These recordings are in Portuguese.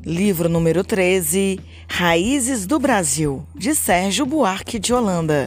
Livro número 13, Raízes do Brasil, de Sérgio Buarque de Holanda.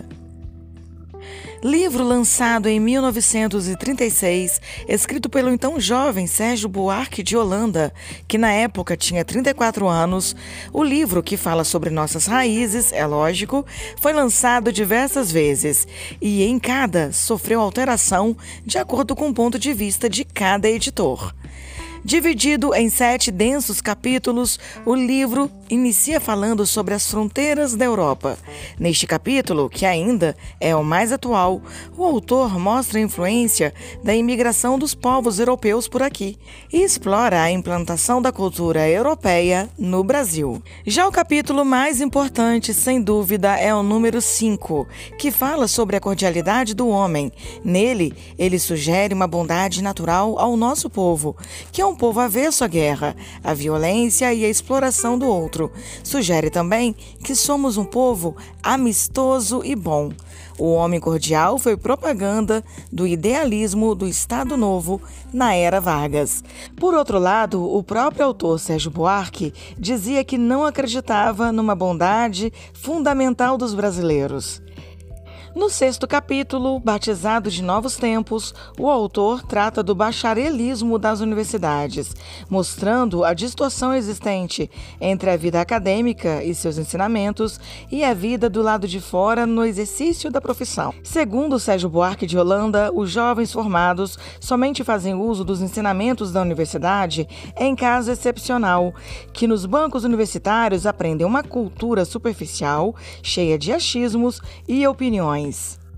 Livro lançado em 1936, escrito pelo então jovem Sérgio Buarque de Holanda, que na época tinha 34 anos, o livro, que fala sobre nossas raízes, é lógico, foi lançado diversas vezes e em cada sofreu alteração de acordo com o ponto de vista de cada editor. Dividido em 7 densos capítulos, o livro inicia falando sobre as fronteiras da Europa. Neste capítulo, que ainda é o mais atual, o autor mostra a influência da imigração dos povos europeus por aqui e explora a implantação da cultura europeia no Brasil. Já o capítulo mais importante, sem dúvida, é o número 5, que fala sobre a cordialidade do homem. Nele, ele sugere uma bondade natural ao nosso povo, que é um povo avesso à guerra, à violência e à exploração do outro. Sugere também que somos um povo amistoso e bom. O homem cordial foi propaganda do idealismo do Estado Novo na era Vargas. Por outro lado, o próprio autor Sérgio Buarque dizia que não acreditava numa bondade fundamental dos brasileiros. No 6º capítulo, batizado de Novos Tempos, o autor trata do bacharelismo das universidades, mostrando a distorção existente entre a vida acadêmica e seus ensinamentos e a vida do lado de fora no exercício da profissão. Segundo Sérgio Buarque de Holanda, os jovens formados somente fazem uso dos ensinamentos da universidade em caso excepcional, que nos bancos universitários aprendem uma cultura superficial, cheia de achismos e opiniões.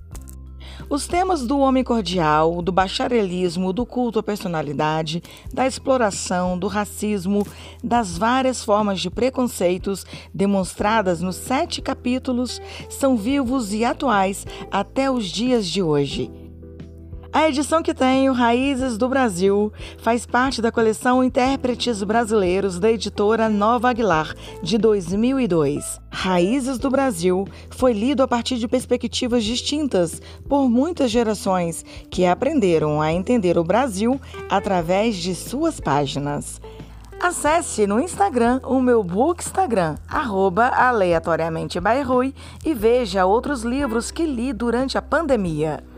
Os temas do homem cordial, do bacharelismo, do culto à personalidade, da exploração, do racismo, das várias formas de preconceitos demonstradas nos 7 capítulos são vivos e atuais até os dias de hoje. A edição que tenho, Raízes do Brasil, faz parte da coleção Intérpretes Brasileiros da editora Nova Aguilar, de 2002. Raízes do Brasil foi lido a partir de perspectivas distintas por muitas gerações que aprenderam a entender o Brasil através de suas páginas. Acesse no Instagram o meu bookstagram, @aleatoriamentebairrui, e veja outros livros que li durante a pandemia.